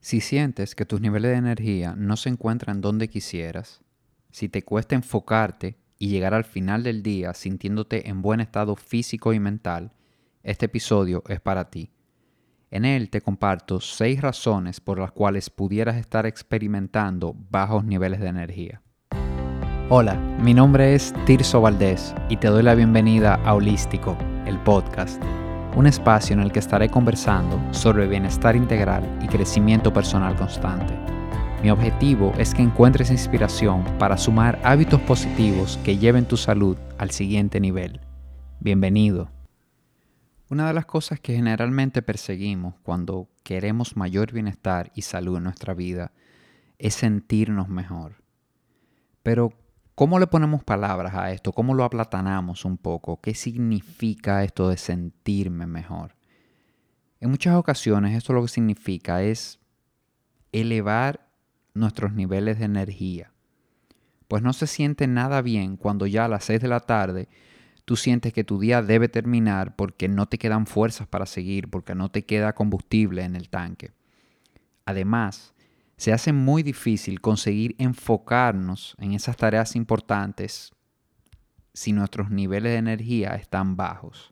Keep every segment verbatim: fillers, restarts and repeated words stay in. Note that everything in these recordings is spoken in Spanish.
Si sientes que tus niveles de energía no se encuentran donde quisieras, si te cuesta enfocarte y llegar al final del día sintiéndote en buen estado físico y mental, este episodio es para ti. En él te comparto seis razones por las cuales pudieras estar experimentando bajos niveles de energía. Hola, mi nombre es Tirso Valdés y te doy la bienvenida a Holístico, el podcast. Un espacio en el que estaré conversando sobre bienestar integral y crecimiento personal constante. Mi objetivo es que encuentres inspiración para sumar hábitos positivos que lleven tu salud al siguiente nivel. Bienvenido. Una de las cosas que generalmente perseguimos cuando queremos mayor bienestar y salud en nuestra vida es sentirnos mejor. Pero, ¿cómo le ponemos palabras a esto? ¿Cómo lo aplatanamos un poco? ¿Qué significa esto de sentirme mejor? En muchas ocasiones esto lo que significa es elevar nuestros niveles de energía. Pues no se siente nada bien cuando ya a las seis de la tarde tú sientes que tu día debe terminar porque no te quedan fuerzas para seguir, porque no te queda combustible en el tanque. Además, se hace muy difícil conseguir enfocarnos en esas tareas importantes si nuestros niveles de energía están bajos.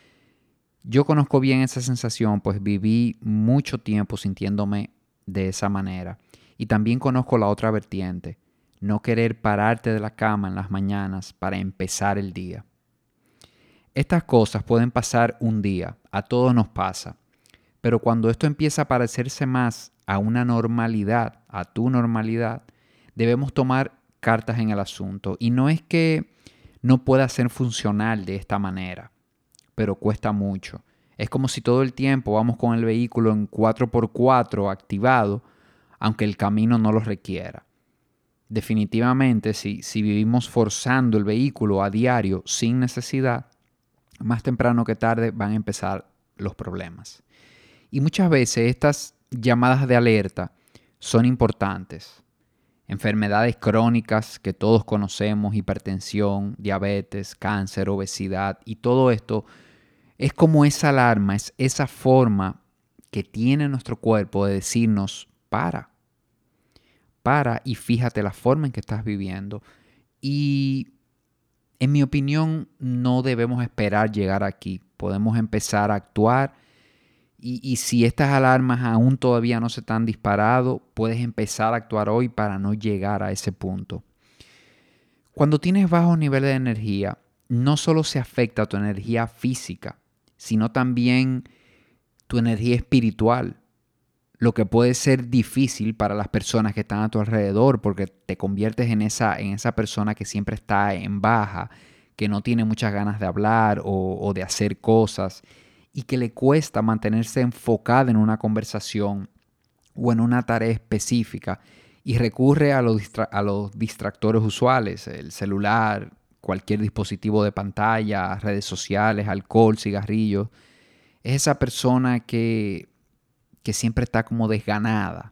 Yo conozco bien esa sensación, pues viví mucho tiempo sintiéndome de esa manera. Y también conozco la otra vertiente, no querer pararte de la cama en las mañanas para empezar el día. Estas cosas pueden pasar un día, a todos nos pasa. Pero cuando esto empieza a parecerse más a una normalidad, a tu normalidad, debemos tomar cartas en el asunto. Y no es que no pueda ser funcional de esta manera, pero cuesta mucho. Es como si todo el tiempo vamos con el vehículo en cuatro por cuatro activado, aunque el camino no lo requiera. Definitivamente, si, si vivimos forzando el vehículo a diario sin necesidad, más temprano que tarde van a empezar los problemas. Y muchas veces estas llamadas de alerta son importantes. Enfermedades crónicas que todos conocemos, hipertensión, diabetes, cáncer, obesidad y todo esto es como esa alarma, es esa forma que tiene nuestro cuerpo de decirnos para, para y fíjate la forma en que estás viviendo. Y en mi opinión no debemos esperar llegar aquí, podemos empezar a actuar. Y, y si estas alarmas aún todavía no se te han disparado, puedes empezar a actuar hoy para no llegar a ese punto. Cuando tienes bajos niveles de energía, no solo se afecta tu energía física, sino también tu energía espiritual, lo que puede ser difícil para las personas que están a tu alrededor porque te conviertes en esa, en esa persona que siempre está en baja, que no tiene muchas ganas de hablar o, o de hacer cosas y que le cuesta mantenerse enfocada en una conversación o en una tarea específica y recurre a los, distra- a los distractores usuales, el celular, cualquier dispositivo de pantalla, redes sociales, alcohol, cigarrillos. Es esa persona que, que siempre está como desganada.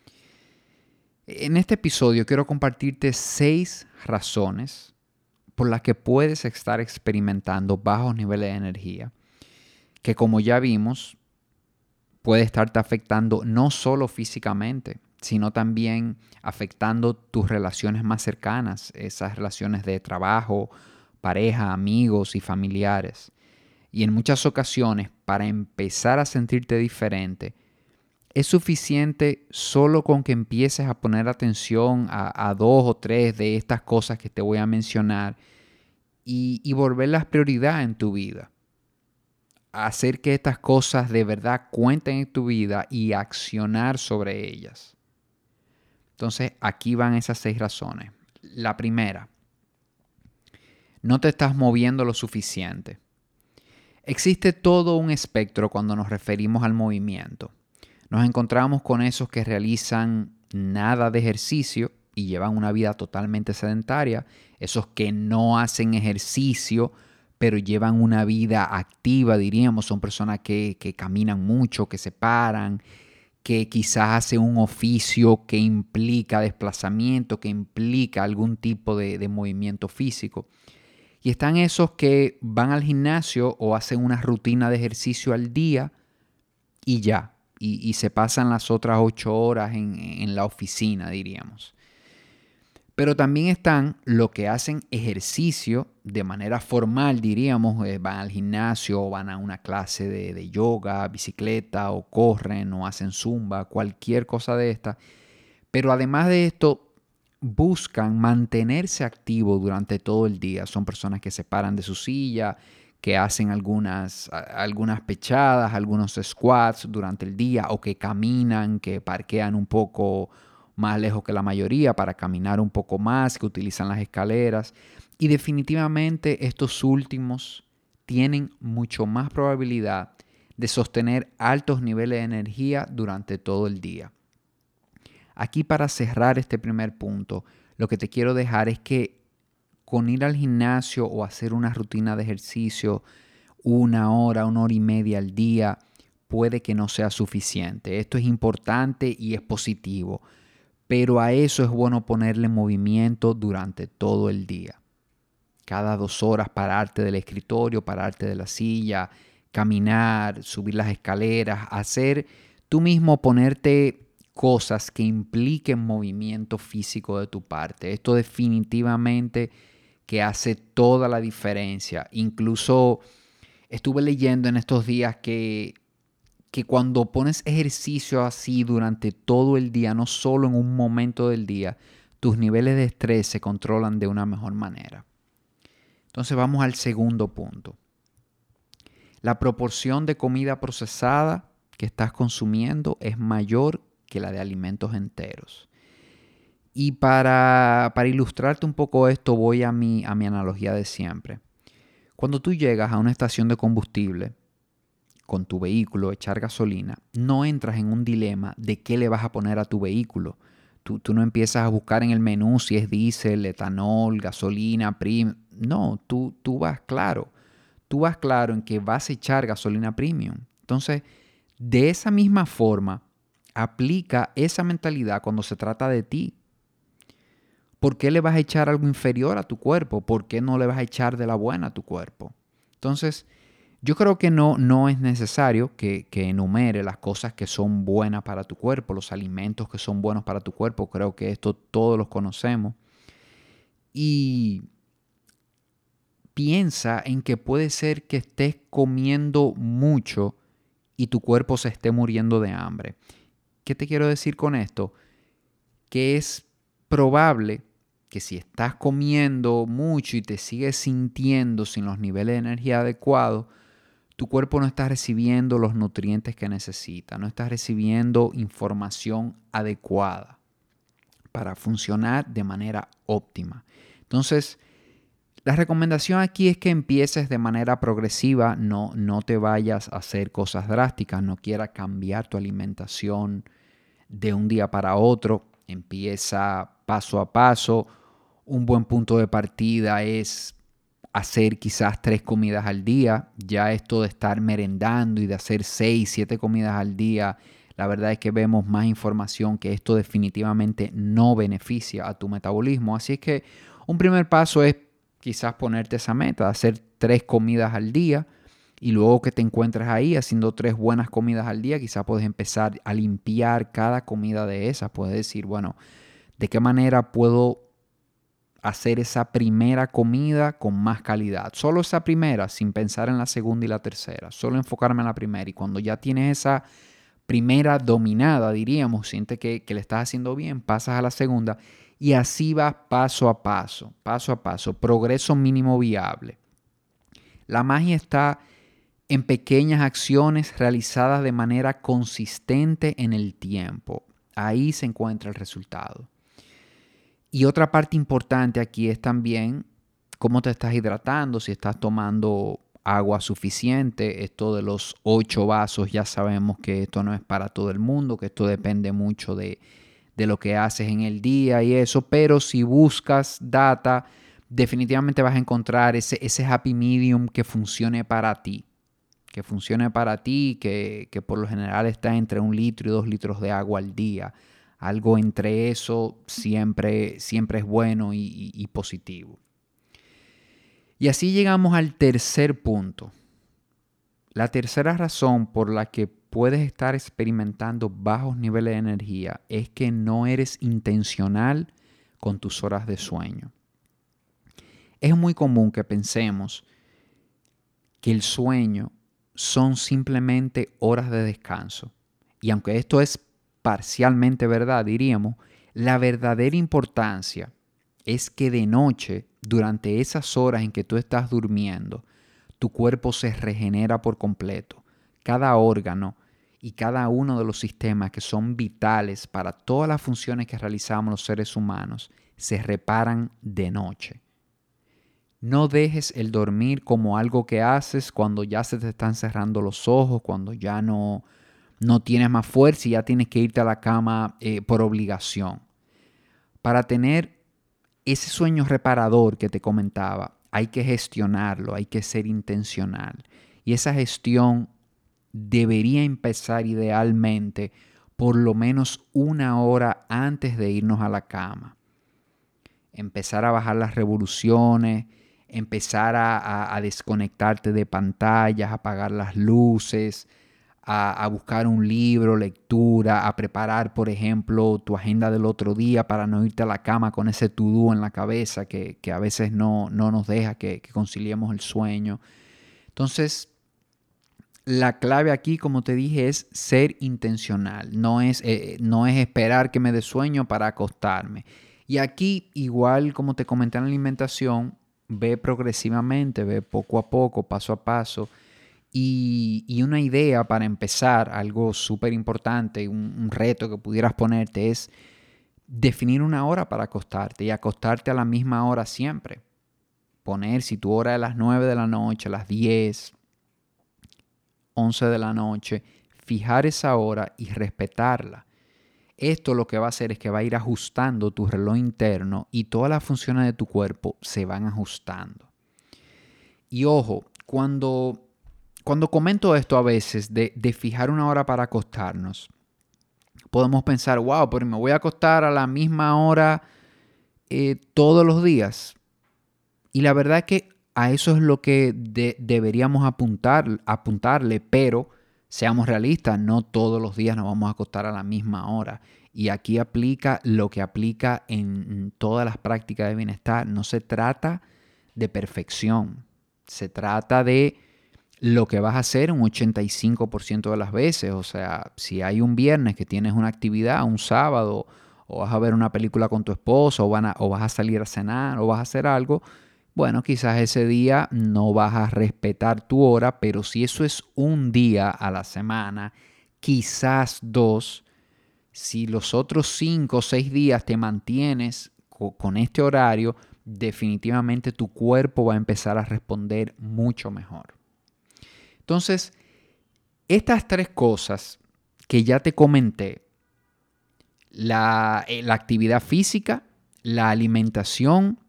En este episodio quiero compartirte seis razones por las que puedes estar experimentando bajos niveles de energía, que como ya vimos, puede estarte afectando no solo físicamente, sino también afectando tus relaciones más cercanas, esas relaciones de trabajo, pareja, amigos y familiares. Y en muchas ocasiones, para empezar a sentirte diferente, es suficiente solo con que empieces a poner atención a, a dos o tres de estas cosas que te voy a mencionar y, y volverlas prioridad en tu vida. Hacer que estas cosas de verdad cuenten en tu vida y accionar sobre ellas. Entonces, aquí van esas seis razones. La primera, no te estás moviendo lo suficiente. Existe todo un espectro cuando nos referimos al movimiento. Nos encontramos con esos que realizan nada de ejercicio y llevan una vida totalmente sedentaria. Esos que no hacen ejercicio, pero llevan una vida activa, diríamos. Son personas que, que caminan mucho, que se paran, que quizás hacen un oficio que implica desplazamiento, que implica algún tipo de, de movimiento físico. Y están esos que van al gimnasio o hacen una rutina de ejercicio al día y ya. y, y se pasan las otras ocho horas en, en la oficina, diríamos. Pero también están los que hacen ejercicio de manera formal, diríamos, eh, van al gimnasio o van a una clase de, de yoga, bicicleta o corren o hacen zumba, cualquier cosa de esta. Pero además de esto, buscan mantenerse activos durante todo el día. Son personas que se paran de su silla, que hacen algunas, algunas pechadas, algunos squats durante el día o que caminan, que parquean un poco más lejos que la mayoría para caminar un poco más, que utilizan las escaleras. Y definitivamente estos últimos tienen mucho más probabilidad de sostener altos niveles de energía durante todo el día. Aquí, para cerrar este primer punto, lo que te quiero dejar es que con ir al gimnasio o hacer una rutina de ejercicio una hora, una hora y media al día, puede que no sea suficiente. Esto es importante y es positivo, pero a eso es bueno ponerle movimiento durante todo el día. Cada dos horas pararte del escritorio, pararte de la silla, caminar, subir las escaleras, hacer tú mismo, ponerte cosas que impliquen movimiento físico de tu parte. Esto definitivamente que hace toda la diferencia. Incluso estuve leyendo en estos días que, que cuando pones ejercicio así durante todo el día, no solo en un momento del día, tus niveles de estrés se controlan de una mejor manera. Entonces vamos al segundo punto. La proporción de comida procesada que estás consumiendo es mayor que la de alimentos enteros. Y para, para ilustrarte un poco esto, voy a mi, a mi analogía de siempre. Cuando tú llegas a una estación de combustible con tu vehículo, echar gasolina, no entras en un dilema de qué le vas a poner a tu vehículo. Tú, tú no empiezas a buscar en el menú si es diésel, etanol, gasolina, premium. No, tú, tú vas claro. Tú vas claro en que vas a echar gasolina premium. Entonces, de esa misma forma, aplica esa mentalidad cuando se trata de ti. ¿Por qué le vas a echar algo inferior a tu cuerpo? ¿Por qué no le vas a echar de la buena a tu cuerpo? Entonces, yo creo que no, no es necesario que, que enumere las cosas que son buenas para tu cuerpo, los alimentos que son buenos para tu cuerpo. Creo que esto todos los conocemos. Y piensa en que puede ser que estés comiendo mucho y tu cuerpo se esté muriendo de hambre. ¿Qué te quiero decir con esto? Que es probable que si estás comiendo mucho y te sigues sintiendo sin los niveles de energía adecuados, tu cuerpo no está recibiendo los nutrientes que necesita, no está recibiendo información adecuada para funcionar de manera óptima. Entonces, la recomendación aquí es que empieces de manera progresiva, no, no te vayas a hacer cosas drásticas, no quieras cambiar tu alimentación de un día para otro, empieza paso a paso. Un buen punto de partida es hacer quizás tres comidas al día. Ya esto de estar merendando y de hacer seis, siete comidas al día, la verdad es que vemos más información que esto definitivamente no beneficia a tu metabolismo. Así es que un primer paso es quizás ponerte esa meta, hacer tres comidas al día, y luego que te encuentres ahí haciendo tres buenas comidas al día, quizás puedes empezar a limpiar cada comida de esas. Puedes decir, bueno, ¿de qué manera puedo hacer esa primera comida con más calidad? Solo esa primera, sin pensar en la segunda y la tercera. Solo enfocarme en la primera. Y cuando ya tienes esa primera dominada, diríamos, sientes que, que le estás haciendo bien, pasas a la segunda. Y así vas paso a paso, paso a paso, progreso mínimo viable. La magia está en pequeñas acciones realizadas de manera consistente en el tiempo. Ahí se encuentra el resultado. Y otra parte importante aquí es también cómo te estás hidratando, si estás tomando agua suficiente. Esto de los ocho vasos, ya sabemos que esto no es para todo el mundo, que esto depende mucho de de lo que haces en el día y eso, pero si buscas data, definitivamente vas a encontrar ese, ese happy medium que funcione para ti, que funcione para ti, que, que por lo general está entre un litro y dos litros de agua al día. Algo entre eso siempre, siempre es bueno y, y, y positivo. Y así llegamos al tercer punto. La tercera razón por la que puedes estar experimentando bajos niveles de energía es que no eres intencional con tus horas de sueño. Es muy común que pensemos que el sueño son simplemente horas de descanso. Y aunque esto es parcialmente verdad, diríamos, la verdadera importancia es que de noche, durante esas horas en que tú estás durmiendo, tu cuerpo se regenera por completo. Cada órgano y cada uno de los sistemas que son vitales para todas las funciones que realizamos los seres humanos se reparan de noche. No dejes el dormir como algo que haces cuando ya se te están cerrando los ojos, cuando ya no, no tienes más fuerza y ya tienes que irte a la cama eh, por obligación. Para tener ese sueño reparador que te comentaba, hay que gestionarlo, hay que ser intencional. Y esa gestión debería empezar idealmente por lo menos una hora antes de irnos a la cama. Empezar a bajar las revoluciones, empezar a, a, a desconectarte de pantallas, apagar las luces, a, a buscar un libro, lectura, a preparar, por ejemplo, tu agenda del otro día para no irte a la cama con ese to-do en la cabeza que, que a veces no, no nos deja que, que conciliemos el sueño. Entonces, la clave aquí, como te dije, es ser intencional. No es, eh, no es esperar que me dé sueño para acostarme. Y aquí, igual como te comenté en la alimentación, ve progresivamente, ve poco a poco, paso a paso. Y, y una idea para empezar, algo súper importante, un, un reto que pudieras ponerte es definir una hora para acostarte y acostarte a la misma hora siempre. Poner, si tu hora es a las nueve de la noche, a las diez, once de la noche, fijar esa hora y respetarla. Esto lo que va a hacer es que va a ir ajustando tu reloj interno y todas las funciones de tu cuerpo se van ajustando. Y ojo, cuando, cuando comento esto a veces de, de fijar una hora para acostarnos, podemos pensar, wow, pero me voy a acostar a la misma hora eh, todos los días. Y la verdad es que a eso es lo que de, deberíamos apuntar, apuntarle, pero seamos realistas, no todos los días nos vamos a acostar a la misma hora. Y aquí aplica lo que aplica en todas las prácticas de bienestar. No se trata de perfección, se trata de lo que vas a hacer un ochenta y cinco por ciento de las veces. O sea, si hay un viernes que tienes una actividad, un sábado, o vas a ver una película con tu esposo, o, van a, o vas a salir a cenar, o vas a hacer algo, bueno, quizás ese día no vas a respetar tu hora, pero si eso es un día a la semana, quizás dos, si los otros cinco o seis días te mantienes co- con este horario, definitivamente tu cuerpo va a empezar a responder mucho mejor. Entonces, estas tres cosas que ya te comenté, la, eh, la actividad física, la alimentación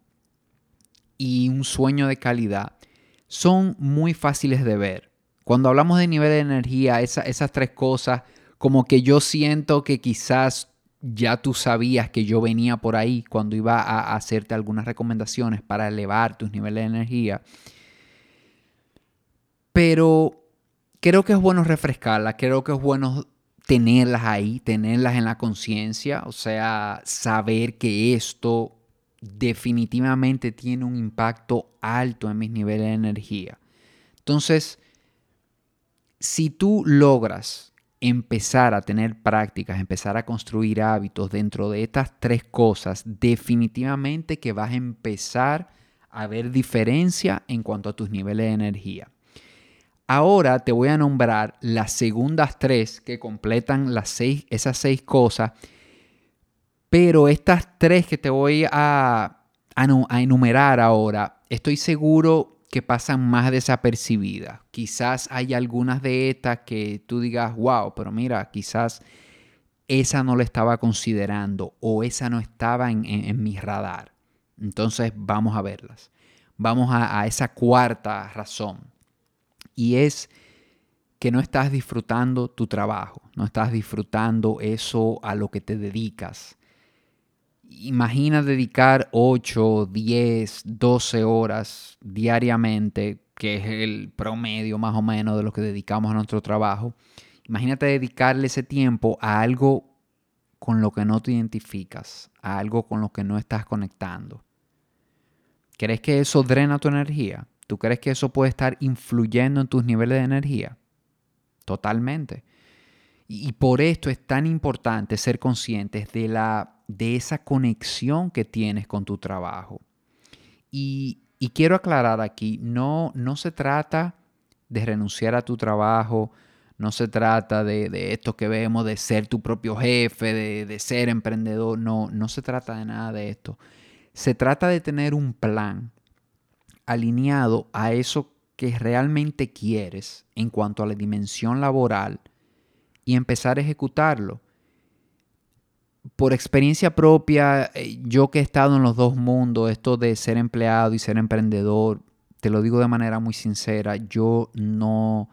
y un sueño de calidad, son muy fáciles de ver. Cuando hablamos de nivel de energía, esa, esas tres cosas, como que yo siento que quizás ya tú sabías que yo venía por ahí cuando iba a hacerte algunas recomendaciones para elevar tus niveles de energía. Pero creo que es bueno refrescarlas, creo que es bueno tenerlas ahí, tenerlas en la conciencia, o sea, saber que esto definitivamente tiene un impacto alto en mis niveles de energía. Entonces, si tú logras empezar a tener prácticas, empezar a construir hábitos dentro de estas tres cosas, definitivamente que vas a empezar a ver diferencia en cuanto a tus niveles de energía. Ahora te voy a nombrar las segundas tres que completan las seis, esas seis cosas, pero estas tres que te voy a, a, a enumerar ahora, estoy seguro que pasan más desapercibidas. Quizás hay algunas de estas que tú digas, wow, pero mira, quizás esa no la estaba considerando o esa no estaba en, en, en mi radar. Entonces vamos a verlas. Vamos a, a esa cuarta razón. Y es que no estás disfrutando tu trabajo, no estás disfrutando eso a lo que te dedicas. Imagina dedicar ocho, diez, doce horas diariamente, que es el promedio más o menos de lo que dedicamos a nuestro trabajo. Imagínate dedicarle ese tiempo a algo con lo que no te identificas, a algo con lo que no estás conectando. ¿Crees que eso drena tu energía? ¿Tú crees que eso puede estar influyendo en tus niveles de energía? Totalmente. Y por esto es tan importante ser conscientes de, la, de esa conexión que tienes con tu trabajo. Y, y quiero aclarar aquí, no, no se trata de renunciar a tu trabajo, no se trata de, de esto que vemos, de ser tu propio jefe, de, de ser emprendedor, no, no se trata de nada de esto. Se trata de tener un plan alineado a eso que realmente quieres en cuanto a la dimensión laboral y empezar a ejecutarlo. Por experiencia propia, yo que he estado en los dos mundos, esto de ser empleado y ser emprendedor, te lo digo de manera muy sincera, yo no,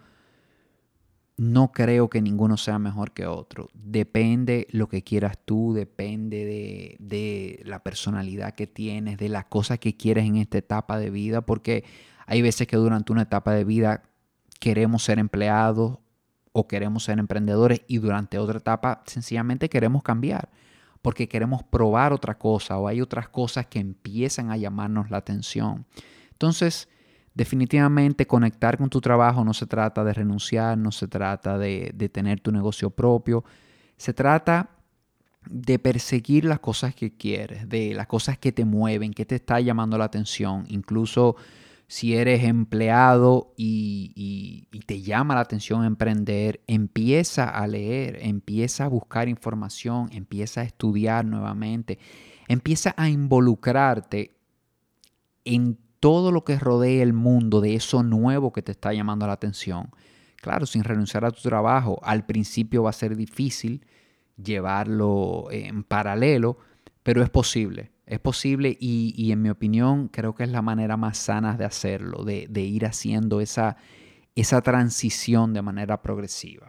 no creo que ninguno sea mejor que otro. Depende lo que quieras tú, depende de, de la personalidad que tienes, de las cosas que quieres en esta etapa de vida, porque hay veces que durante una etapa de vida queremos ser empleados o queremos ser emprendedores y durante otra etapa sencillamente queremos cambiar porque queremos probar otra cosa o hay otras cosas que empiezan a llamarnos la atención. Entonces, definitivamente conectar con tu trabajo no se trata de renunciar, no se trata de, de tener tu negocio propio, se trata de perseguir las cosas que quieres, de las cosas que te mueven, que te está llamando la atención, incluso si eres empleado y, y, y te llama la atención emprender, empieza a leer, empieza a buscar información, empieza a estudiar nuevamente, empieza a involucrarte en todo lo que rodea el mundo de eso nuevo que te está llamando la atención. Claro, sin renunciar a tu trabajo, al principio va a ser difícil llevarlo en paralelo, pero es posible. Es posible y, y en mi opinión creo que es la manera más sana de hacerlo, de, de ir haciendo esa, esa transición de manera progresiva.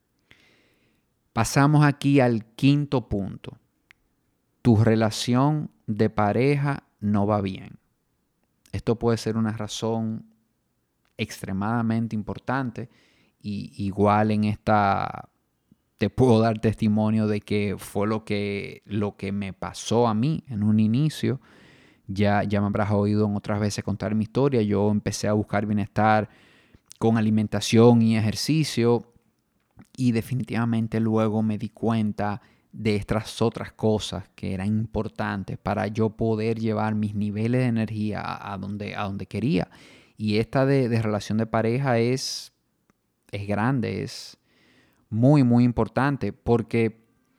Pasamos aquí al quinto punto. Tu relación de pareja no va bien. Esto puede ser una razón extremadamente importante y igual en esta te puedo dar testimonio de que fue lo que, lo que me pasó a mí en un inicio. Ya, ya me habrás oído en otras veces contar mi historia. Yo empecé a buscar bienestar con alimentación y ejercicio y definitivamente luego me di cuenta de estas otras cosas que eran importantes para yo poder llevar mis niveles de energía a, a, donde, a donde quería. Y esta de, de relación de pareja es, es grande, es muy, muy importante porque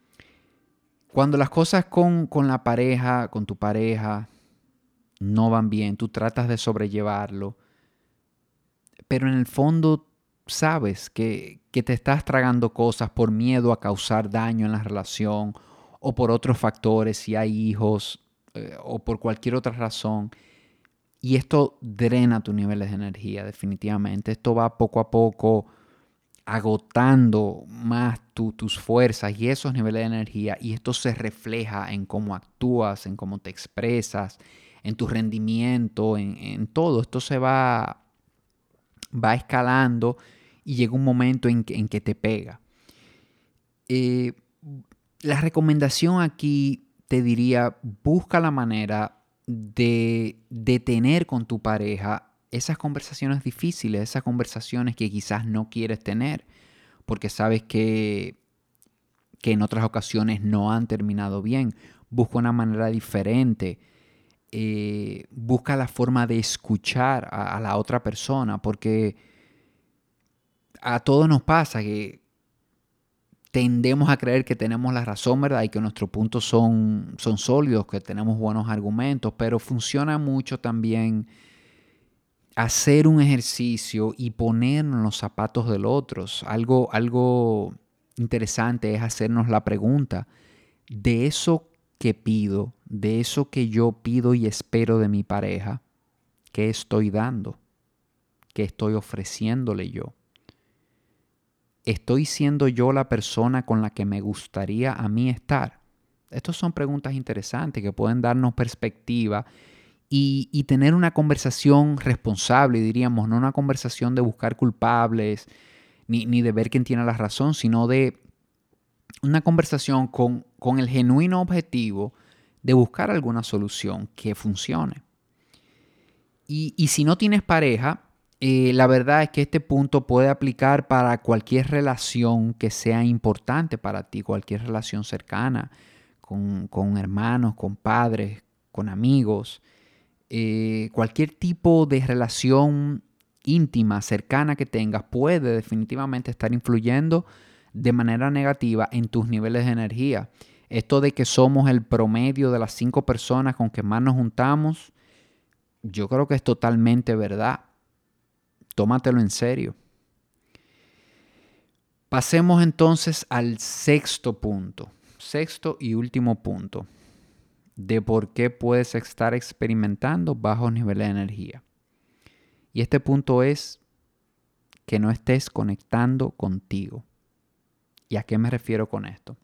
cuando las cosas con, con la pareja, con tu pareja, no van bien, tú tratas de sobrellevarlo, pero en el fondo sabes que, que te estás tragando cosas por miedo a causar daño en la relación o por otros factores, si hay hijos eh, o por cualquier otra razón. Y esto drena tus niveles de energía, definitivamente. Esto va poco a poco agotando más tu, tus fuerzas y esos niveles de energía. Y esto se refleja en cómo actúas, en cómo te expresas, en tu rendimiento, en, en todo. Esto se va, va escalando y llega un momento en que, en que te pega. Eh, la recomendación aquí te diría, busca la manera de, de tener con tu pareja esas conversaciones difíciles, esas conversaciones que quizás no quieres tener, porque sabes que, que en otras ocasiones no han terminado bien. Busca una manera diferente. Eh, busca la forma de escuchar a, a la otra persona, porque a todos nos pasa que tendemos a creer que tenemos la razón, ¿verdad? Y que nuestros puntos son, son sólidos, que tenemos buenos argumentos, pero funciona mucho también hacer un ejercicio y ponernos en los zapatos del otro. Algo, algo interesante es hacernos la pregunta, de eso que pido, de eso que yo pido y espero de mi pareja, ¿qué estoy dando? ¿Qué estoy ofreciéndole yo? ¿Estoy siendo yo la persona con la que me gustaría a mí estar? Estas son preguntas interesantes que pueden darnos perspectiva y, y tener una conversación responsable, diríamos, no una conversación de buscar culpables, ni, ni de ver quién tiene la razón, sino de una conversación con, con el genuino objetivo de buscar alguna solución que funcione. Y, y si no tienes pareja, eh, la verdad es que este punto puede aplicar para cualquier relación que sea importante para ti, cualquier relación cercana, con, con hermanos, con padres, con amigos, eh, cualquier tipo de relación íntima, cercana que tengas, puede definitivamente estar influyendo de manera negativa en tus niveles de energía. Esto de que somos el promedio de las cinco personas con que más nos juntamos, yo creo que es totalmente verdad. Tómatelo en serio. Pasemos entonces al sexto punto, sexto y último punto de por qué puedes estar experimentando bajos niveles de energía. Y este punto es que no estés conectando contigo. ¿Y a qué me refiero con esto?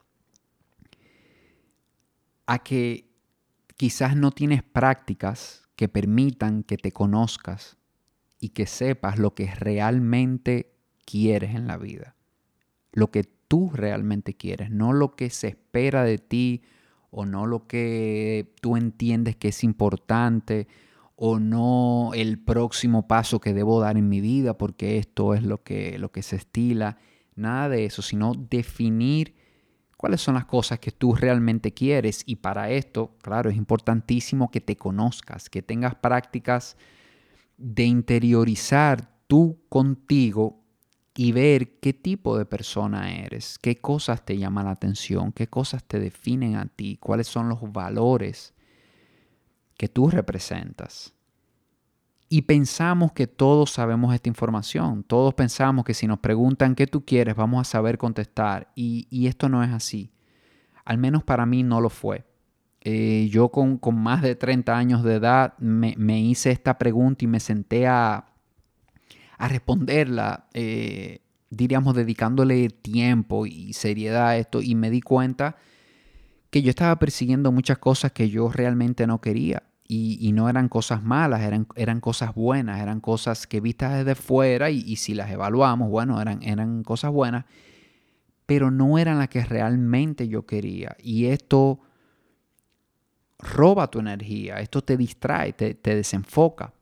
A que quizás no tienes prácticas que permitan que te conozcas y que sepas lo que realmente quieres en la vida. Lo que tú realmente quieres, no lo que se espera de ti o no lo que tú entiendes que es importante o no el próximo paso que debo dar en mi vida porque esto es lo que, lo que se estila. Nada de eso, sino definir cuáles son las cosas que tú realmente quieres. Y para esto, claro, es importantísimo que te conozcas, que tengas prácticas de interiorizar tú contigo y ver qué tipo de persona eres, qué cosas te llaman la atención, qué cosas te definen a ti, cuáles son los valores que tú representas. Y pensamos que todos sabemos esta información. Todos pensamos que si nos preguntan qué tú quieres, vamos a saber contestar. Y, y esto no es así. Al menos para mí no lo fue. Eh, yo con, con más de treinta años de edad me, me hice esta pregunta y me senté a, a responderla, eh, diríamos, dedicándole tiempo y seriedad a esto. Y me di cuenta que yo estaba persiguiendo muchas cosas que yo realmente no quería. Y, y no eran cosas malas, eran, eran cosas buenas, eran cosas que vistas desde fuera y, y si las evaluamos, bueno, eran, eran cosas buenas, pero no eran las que realmente yo quería. Y esto roba tu energía, esto te distrae, te, te desenfoca.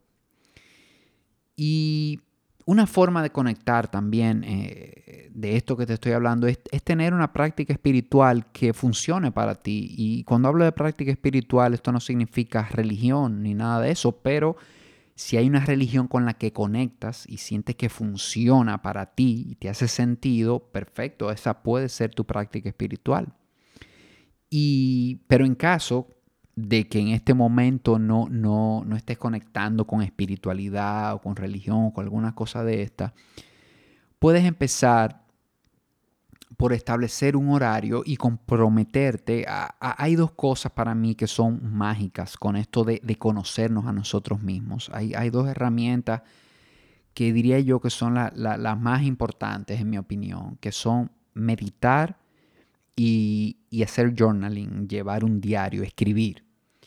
Y una forma de conectar también eh, de esto que te estoy hablando es, es tener una práctica espiritual que funcione para ti. Y cuando hablo de práctica espiritual, esto no significa religión ni nada de eso, pero si hay una religión con la que conectas y sientes que funciona para ti y te hace sentido, perfecto, esa puede ser tu práctica espiritual. Y, pero en caso de que en este momento no, no, no estés conectando con espiritualidad o con religión o con alguna cosa de esta, puedes empezar por establecer un horario y comprometerte. A, a, hay dos cosas para mí que son mágicas con esto de, de conocernos a nosotros mismos. Hay, hay dos herramientas que diría yo que son la, la, las más importantes en mi opinión, que son meditar y, y hacer journaling, llevar un diario, escribir.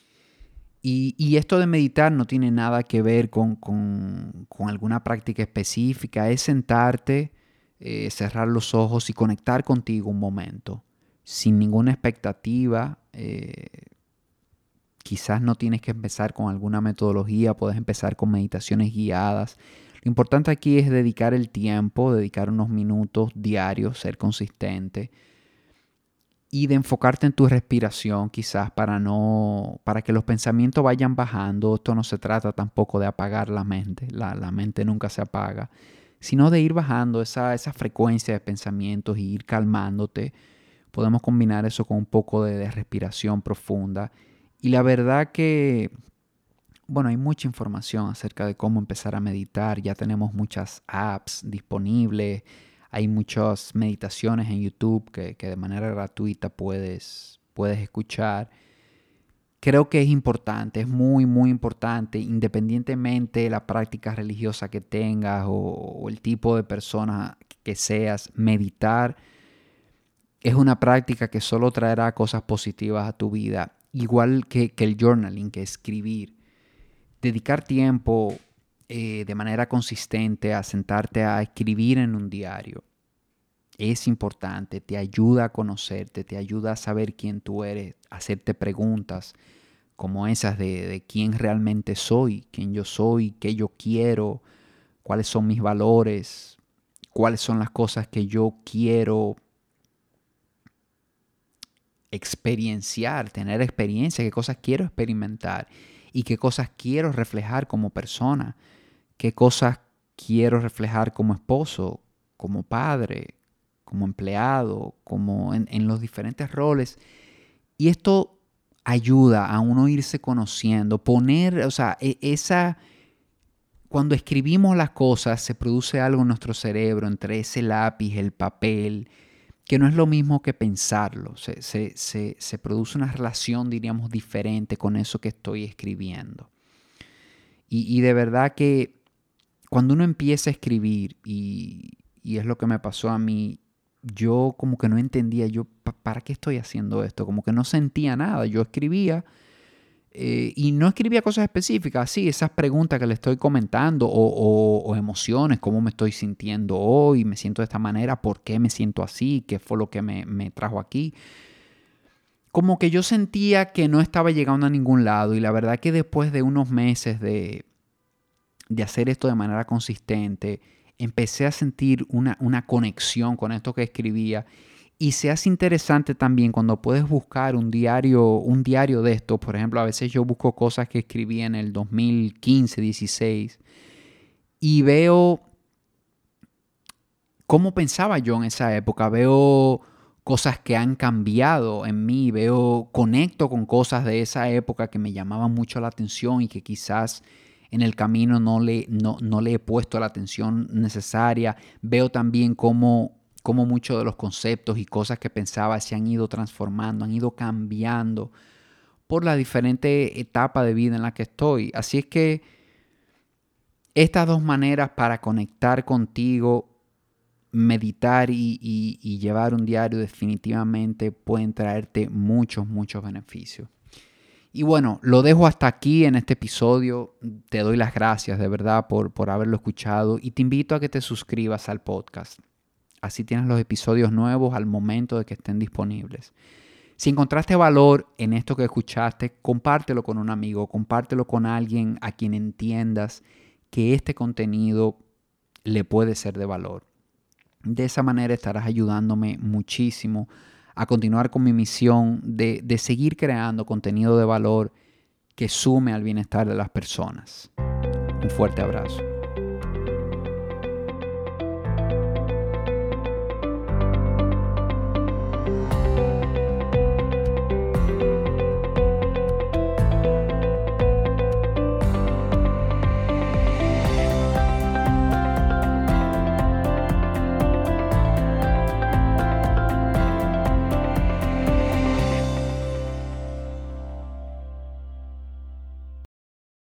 Y, y esto de meditar no tiene nada que ver con, con, con alguna práctica específica, es sentarte, eh, cerrar los ojos y conectar contigo un momento, sin ninguna expectativa. Eh, quizás no tienes que empezar con alguna metodología, puedes empezar con meditaciones guiadas. Lo importante aquí es dedicar el tiempo, dedicar unos minutos diarios, ser consistente y de enfocarte en tu respiración quizás para no, para que los pensamientos vayan bajando. Esto no se trata tampoco de apagar la mente, la, la mente nunca se apaga, sino de ir bajando esa, esa frecuencia de pensamientos y ir calmándote. Podemos combinar eso con un poco de, de respiración profunda. Y la verdad que, bueno, hay mucha información acerca de cómo empezar a meditar. Ya tenemos muchas apps disponibles. Hay muchas meditaciones en YouTube que, que de manera gratuita puedes, puedes escuchar. Creo que es importante, es muy, muy importante, independientemente de la práctica religiosa que tengas o, o el tipo de persona que seas, meditar es una práctica que solo traerá cosas positivas a tu vida. Igual que, que el journaling, que escribir. Dedicar tiempo eh, de manera consistente a sentarte a escribir en un diario. Es importante, te ayuda a conocerte, te ayuda a saber quién tú eres, a hacerte preguntas como esas de, de quién realmente soy, quién yo soy, qué yo quiero, cuáles son mis valores, cuáles son las cosas que yo quiero experienciar, tener experiencia, qué cosas quiero experimentar y qué cosas quiero reflejar como persona, qué cosas quiero reflejar como esposo, como padre, como empleado, como en, en los diferentes roles. Y esto ayuda a uno irse conociendo, poner, o sea, esa... Cuando escribimos las cosas se produce algo en nuestro cerebro entre ese lápiz, el papel, que no es lo mismo que pensarlo. Se, se, se, se produce una relación, diríamos, diferente con eso que estoy escribiendo. Y, y de verdad que cuando uno empieza a escribir, y, y es lo que me pasó a mí, yo como que no entendía, yo, ¿para qué estoy haciendo esto? Como que no sentía nada. Yo escribía eh, y no escribía cosas específicas, sí, esas preguntas que le estoy comentando o, o, o emociones, cómo me estoy sintiendo hoy, me siento de esta manera, por qué me siento así, qué fue lo que me, me trajo aquí. Como que yo sentía que no estaba llegando a ningún lado y la verdad que después de unos meses de, de hacer esto de manera consistente, empecé a sentir una, una conexión con esto que escribía. Y se hace interesante también cuando puedes buscar un diario, un diario de esto. Por ejemplo, a veces yo busco cosas que escribí en el dos mil quince, dieciséis y veo cómo pensaba yo en esa época. Veo cosas que han cambiado en mí, veo, conecto con cosas de esa época que me llamaban mucho la atención y que quizás en el camino no le, no, no le he puesto la atención necesaria. Veo también cómo, cómo muchos de los conceptos y cosas que pensaba se han ido transformando, han ido cambiando por la diferente etapa de vida en la que estoy. Así es que estas dos maneras para conectar contigo, meditar y, y, y llevar un diario definitivamente pueden traerte muchos, muchos beneficios. Y bueno, lo dejo hasta aquí en este episodio. Te doy las gracias de verdad por, por haberlo escuchado y te invito a que te suscribas al podcast. Así tienes los episodios nuevos al momento de que estén disponibles. Si encontraste valor en esto que escuchaste, compártelo con un amigo, compártelo con alguien a quien entiendas que este contenido le puede ser de valor. De esa manera estarás ayudándome muchísimo a continuar con mi misión de, de seguir creando contenido de valor que sume al bienestar de las personas. Un fuerte abrazo.